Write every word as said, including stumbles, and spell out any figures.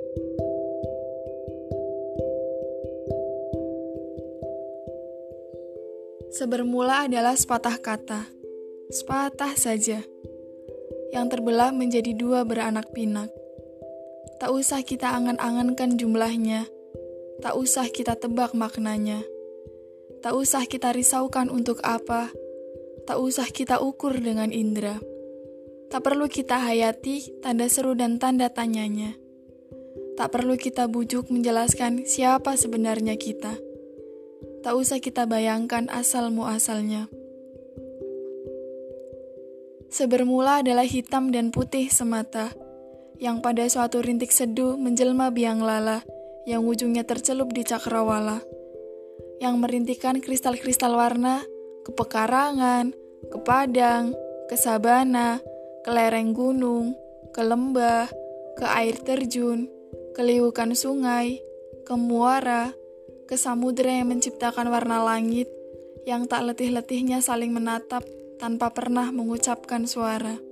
Sebermula adalah sepatah kata, sepatah saja, yang terbelah menjadi dua beranak pinak. Tak usah kita angan-angankan jumlahnya, tak usah kita tebak maknanya, tak usah kita risaukan untuk apa, tak usah kita ukur dengan indera. Tak perlu kita hayati tanda seru dan tanda tanyanya. Tak perlu kita bujuk menjelaskan siapa sebenarnya kita. Tak usah kita bayangkan asal-muasalnya. Sebermula adalah hitam dan putih semata, yang pada suatu rintik seduh menjelma biang lala, yang ujungnya tercelup di cakrawala, yang merintikan kristal-kristal warna ke pekarangan, ke padang, ke sabana, ke lereng gunung, ke lembah, ke air terjun, ke liukan sungai, ke muara, ke samudera yang menciptakan warna langit, yang tak letih-letihnya saling menatap tanpa pernah mengucapkan suara.